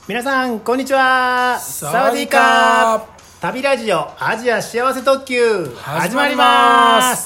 皆さんこんにちは。 サワディーカー。 旅ラジオアジア幸せ特急始まります。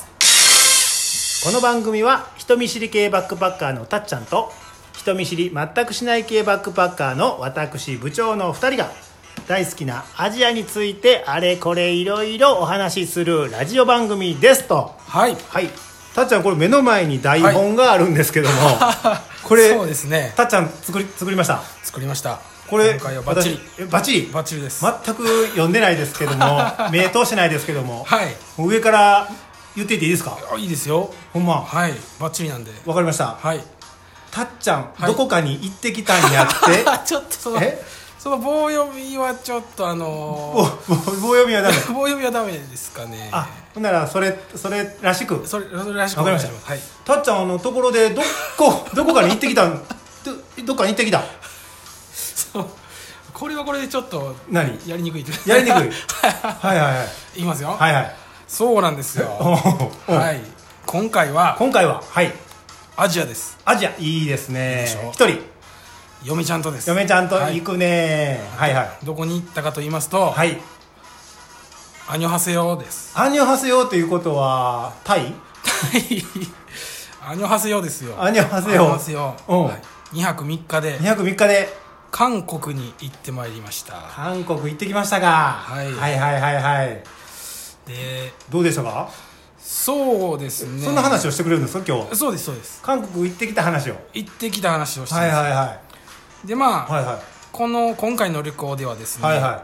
この番組は人見知り系バックパッカーのたっちゃんと人見知り全くしない系バックパッカーの私部長の2人が大好きなアジアについてあれこれいろいろお話しするラジオ番組ですと。 はいはい、たっちゃんこれ目の前に台本があるんですけども、これそうですね、 たっちゃん作りました。 作りました。 これ今回はバッチリバッチリバッチリです。 全く読んでないですけども目通してないですけども、 はい、 上から言っていっていいですか？ いいですよ。 ほんま。 はい、バッチリなんで。 わかりました。 はい。 たっちゃん、 はいどこかに行ってきたんやってちょっとその棒読みはちょっと棒読みはダメ棒読みはダメですかね。 あ、ほんならそれらしくそれらしくわかりました。 はい。 たっちゃんところでどこかに行ってきたんどっかに行ってきた。 そう、これはこれでちょっと何やりにくいやりにくいはいはいはいいきますよ。 はいはい。 そうなんですよ。はい。今回ははいアジアです。 アジアいいですね。一人嫁ちゃんとです。 嫁ちゃんと行くね。はいはい。 どこに行ったかと言いますと、 はい。 アニョハセヨです。 アニョハセヨということはタイ？ アニョハセヨですよ。 アニョハセヨ。 アニョハセヨ。はい。2泊3日で。 2泊3日で韓国に行ってまいりました。 韓国行ってきましたか。はいはいはいはいはい。 で、 どうでしたか？ そうですね。 そんな話をしてくれるんですか今日？ そうですそうです。 韓国行ってきた話を。 行ってきた話をしてはいはいはい。 でまあ、 はいはい、 今回の旅行ではですね、 はいはい、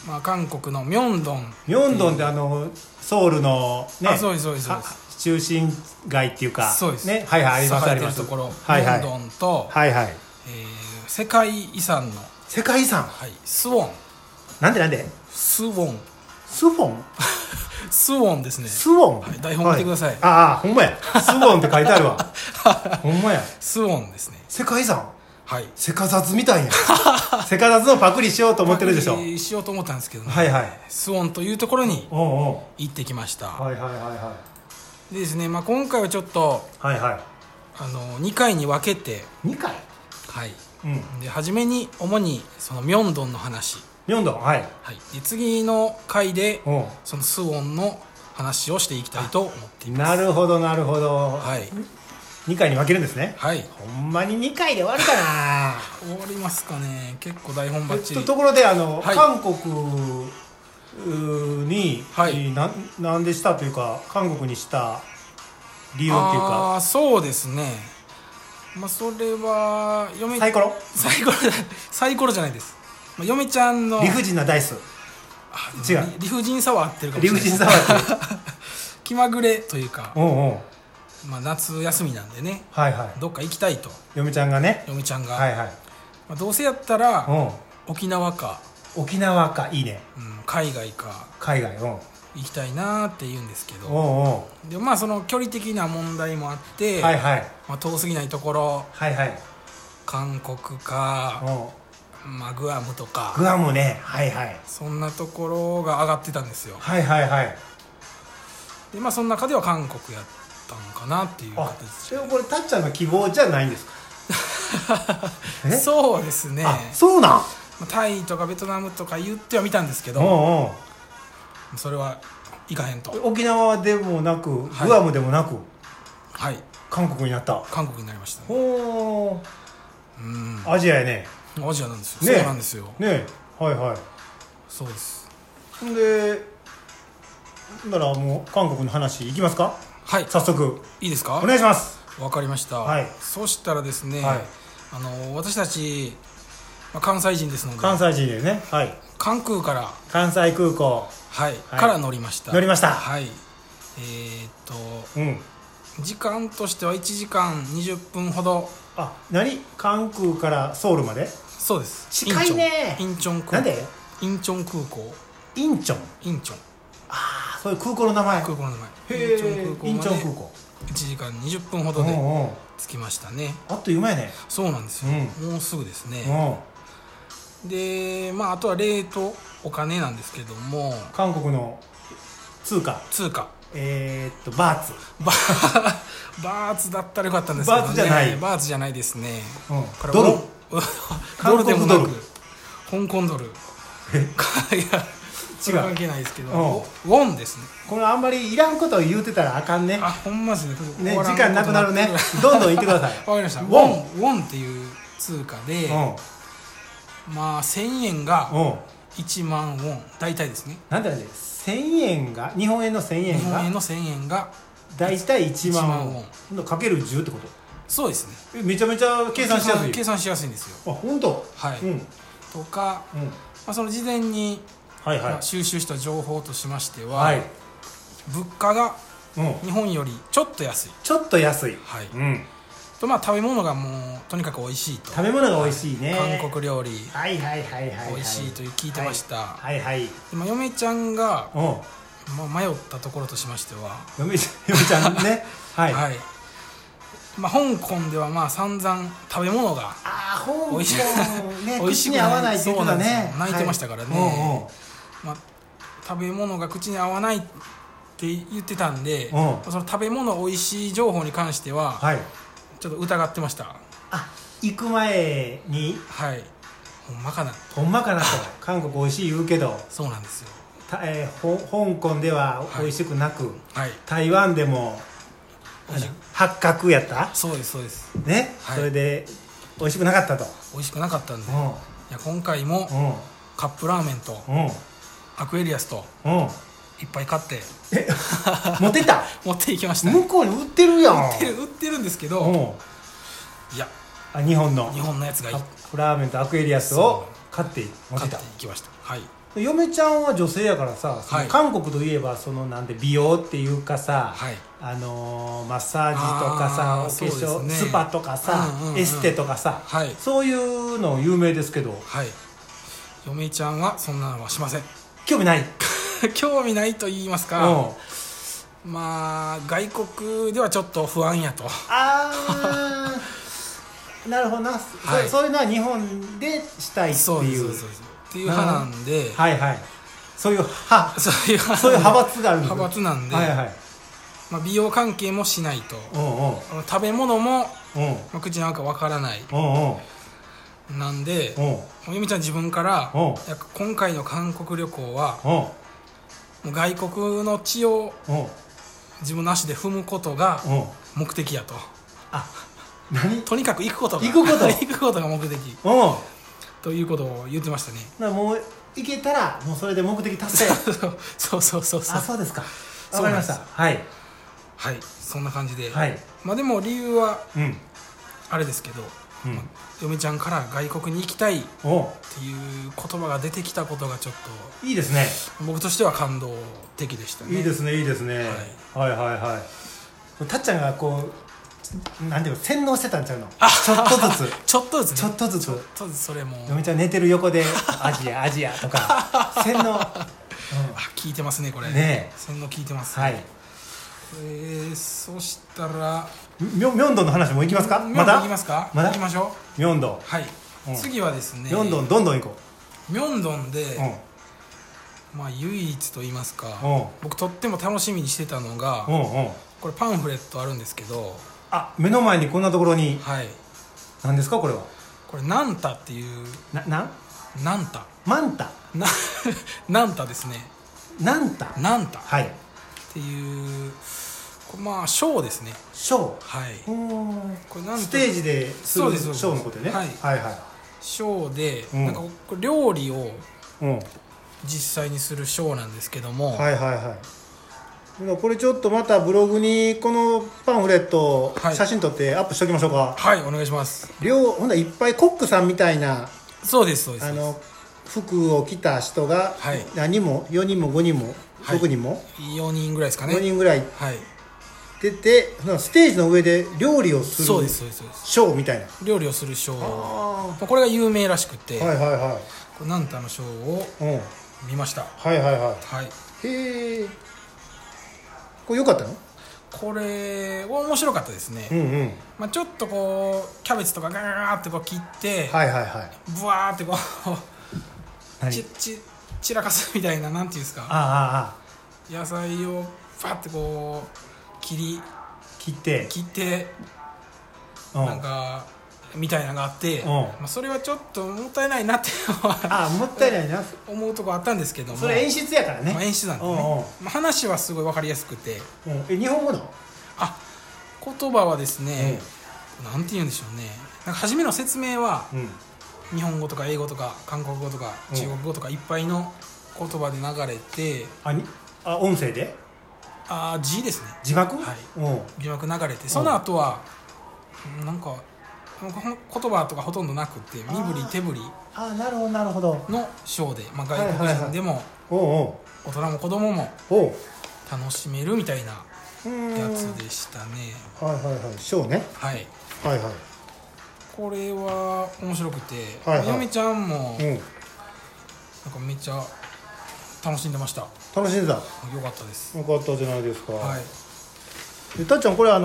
まあ、韓国のミョンドンってソウルのね、 そうですそうですそうです、 中心街っていうか、 そうですね、はいはい、ありますあります、 栄えてるところ、 はいはい、 ミョンドンと、 はいはい、 世界遺産の世界遺産、 はい、スウォン。 なんでスウォンスフォンスウォンですね。 スウォン、 はい、台本見てください。はい、 ああほんまや、スウォンって書いてあるわほんまや、 スウォンですね。 世界遺産、 はい、 セカザツみたいやセカザツのパクリしようと思ってるでしょ。 パクリしようと思ったんですけど、ね、 はいはい、 スウォンというところに行ってきました。 はいはいはいはい。 でですね、まあ、今回はちょっと、 はいはい、 2回に分けて、 2回、 はい、 うん、 で初めに主にそのミョンドンの話、 ミョンドン、はい、 はい、で次の回でそのスウォンの話をしていきたいと思っています。 なるほどなるほど、 はい、 2回に分けるんですね。 はい、 ほんまに2回で終わるかな終わりますかね。結構台本バッチリ。 ところではい、韓国に、 はい、 なんでしたというか、韓国にした理由っていうか。 そうですね、まあ、それはサイコロじゃないです、まあ、嫁ちゃんの理不尽なダイス、違う、 理不尽さは合ってるかもしれない。 理不尽さは合ってる気まぐれというか、まあ、夏休みなんでね、 はいはい、 どっか行きたいと、 嫁ちゃんが、 はいはい、まあ、どうせやったら沖縄かいいね、 うん、海外行きたいなって言うんですけど、でまあその距離的な問題もあって、 はいはい、 まあ、遠すぎないところ、 はいはい、 韓国か、まあ、グアムとか、 グアムね、はいはい、 そんなところが上がってたんですよ。 はいはいはい。 でまあその中では韓国やったのかなっていう形で。 これたっちゃんの希望じゃないんですか？ そうですね。 そうなん、 タイとかベトナムとか言ってはみたんですけど、それはいかへんと。 沖縄でもなく、はい、グアムでもなく、 はい、 韓国になった。 韓国になりました、ね、 ほー、アジアやね。 アジアなんですよ、ね、そうなんですよね、はいはい、 そうです。 でならもう韓国の話いきますか？はい、早速いいですか？ お願いします。 わかりました、はい、そしたらですね、はい、私たち、まあ、関西人ですので、 関西人でね、はい、 関西空港、はい、から乗りました。はい、時間としては1時間20分ほど。 関空からソウルまで？そうです。近いね。 インチョン空港。 なんで？ インチョン空港。 インチョン。そういう空港の名前。 インチョン空港。1時間20分ほどで着きましたね。 あっという間やね。 そうなんですよ、もうすぐですね。でまああとはレートお金なんですけども、 韓国の通貨バーツだったらよかったんですけどね。バーツじゃないですね。 ドルドルでもなく香港ドル。いや違う関係ないですけど、ウォンですね。 これあんまりいらんことを言うてたらあかんね。 あ、ほんまですね。 時間なくなるね。どんどん言ってください。 わかりました。ウォンっていう通貨で、まあ1000円が1万ウォン大体ですね。 なんだね、1000円が日本円の1000円が日本円の1000円が大体1万ウォンかける10ってこと。 そうですね。 めちゃめちゃ計算しやすい。 計算しやすいんですよ。 あ、本当。 はい。とか、まあその事前に収集した情報としましては、物価が日本よりちょっと安い。 ちょっと安い。 はい。とまあ食べ物がもうとにかく美味しいと。 食べ物が美味しいね。 韓国料理。 はい美味しいと聞いてました。 はいはい。 で嫁ちゃんが迷ったところとしましては、 嫁ちゃんね。はい。 まあ香港ではまあ散々食べ物が美味し口に合わないって言ってたね。 泣いてましたからね。まあ食べ物が口に合わないって言ってたんで、その食べ物美味しい情報に関してはちょっと疑ってました。 行く前にほんまかなと韓国美味しい言うけど、 そうなんですよ。 香港では美味しくなく、台湾でも八角やった。 そうですね。それで美味しくなかったと。 美味しくなかったんで、いや今回もカップラーメンとアクエリアスといっぱい買って持ってった持っていきました。 向こうに売ってるやん。 売ってるんですけど、いや日本のやつがカップラーメンとアクエリアスを買って持っていきました。 嫁ちゃんは女性やからさ、韓国といえばそのなんで美容っていうかさ、マッサージとかさ、お化粧、スパとかさ、エステとかさ、そういうの有名ですけど、 嫁ちゃんはそんなのはしません。 興味ない興味ないと言いますか、まあ外国ではちょっと不安やと。 なるほどな。そういうのは日本でしたいっていうっていう派なんで、 そういう派閥があるんです。 派閥なんで、まあ美容関係もしないと、食べ物も口に合うかわからないなんで、ゆみちゃん自分から今回の韓国旅行はもう外国の地を自分の足で踏むことが目的やと。とにかく行くことが目的ということを言ってましたね。 だからもう行けたらもうそれで目的達成。 そうそうですか。わかりました。 そんな感じで、まあでも理由はあれですけど、嫁ちゃんから外国に行きたいっていう言葉が出てきたことがちょっといいですね。 僕としては感動的でしたね。 いいですね。たっちゃんがこうなんていうの洗脳してたんちゃうの。ちょっとずつそれも嫁ちゃん寝てる横でアジアとか洗脳聞いてますねこれね。 洗脳聞いてますね。そしたらミョンドンの話もいきますか。まだ行きますか。行きましょう。ミョンドン。 次はですね、 ミョンドンどんどん行こう。ミョンドンでまあ唯一と言いますか、僕とっても楽しみにしてたのがこれパンフレットあるんですけど、 目の前にこんなところに何ですかこれは。 これナンタっていうナンタマンタナンタですね。 ナンタっていうまあショーですね。 ショー。これステージでするショーのことね。 ショーでなんか料理を実際にするショーなんですけども、 これちょっとまたブログにこのパンフレット写真撮ってアップしておきましょうか。 お願いします。 ほんだいっぱいコックさんみたいなそうです服を着た人が何人も4人も5人も6人も 4人ぐらいですかね。 4人ぐらい出てステージの上で料理をするショーみたいな。 料理をするショー、これが有名らしくて、ナンタのショーを見ました。へえ。これ良かったの？これ面白かったですね。まあちょっとこうキャベツとかガーってこう切ってブワーってこう散らかすみたいな、なんていうんですか、野菜をバッてこう切ってなんかみたいなのがあって、それはちょっともったいないなってもったいないな思うとこあったんですけども、 それ演出やからね、 演出なんでね、話はすごい分かりやすくて、 日本語の言葉はですね、なんて言うんでしょうね、なんか初めの説明は、日本語とか英語とか韓国語とか中国語とかいっぱいの言葉で流れて、 音声で字ですね、 字幕、 字幕流れて、その後はなんか言葉とかほとんどなくて、身振り手振りなるほどなるほどのショーで、外国人でも大人も子供も楽しめるみたいなやつでしたね。 ショーね。 はいこれは面白くて、嫁ちゃんもなんかめっちゃ楽しんでました。 楽しんでた。よかったです。 よかったじゃないですか。たっちゃん、これ今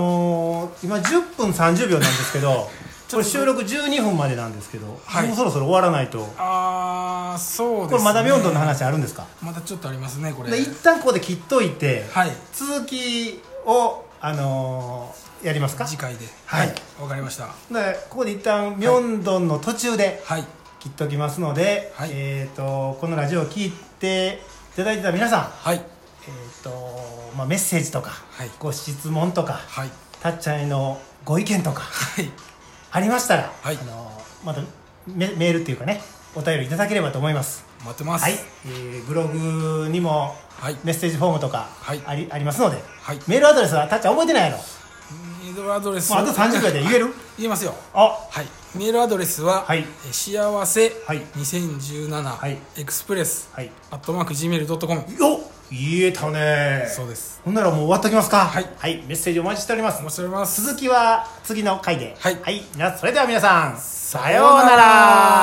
10分30秒なんですけどこれ収録12分までなんですけど、もうそろそろ終わらないと。 そうですね。 これまだ明洞の話あるんですか？ まだちょっとありますね。これ一旦ここで切っといて、続きをやりますか？ 次回で。わかりました。 ここで一旦明洞の途中で切っときますので、このラジオを聞いていただいてた皆さん、メッセージとかご質問とか、たっちゃんへのご意見とかありましたら、またメールっていうかね、お便りいただければと思います。 待ってます。 ブログにもメッセージフォームとかありますので、 はい、 メールアドレスはたっちゃん覚えてないやろ。 メールアドレスあと30秒で言える？ 言えますよ。 はい、 メールアドレスは、 はい、 幸せ2017、はい、エクスプレス、はい、@gmail.com。 よっ、言えたね。 そうです。 ほんならもう終わっときますか。 はい、 はい、メッセージお待ちしております。 お待ちしております。 続きは次の回で。 はい、 はい、それでは皆さん、さようなら。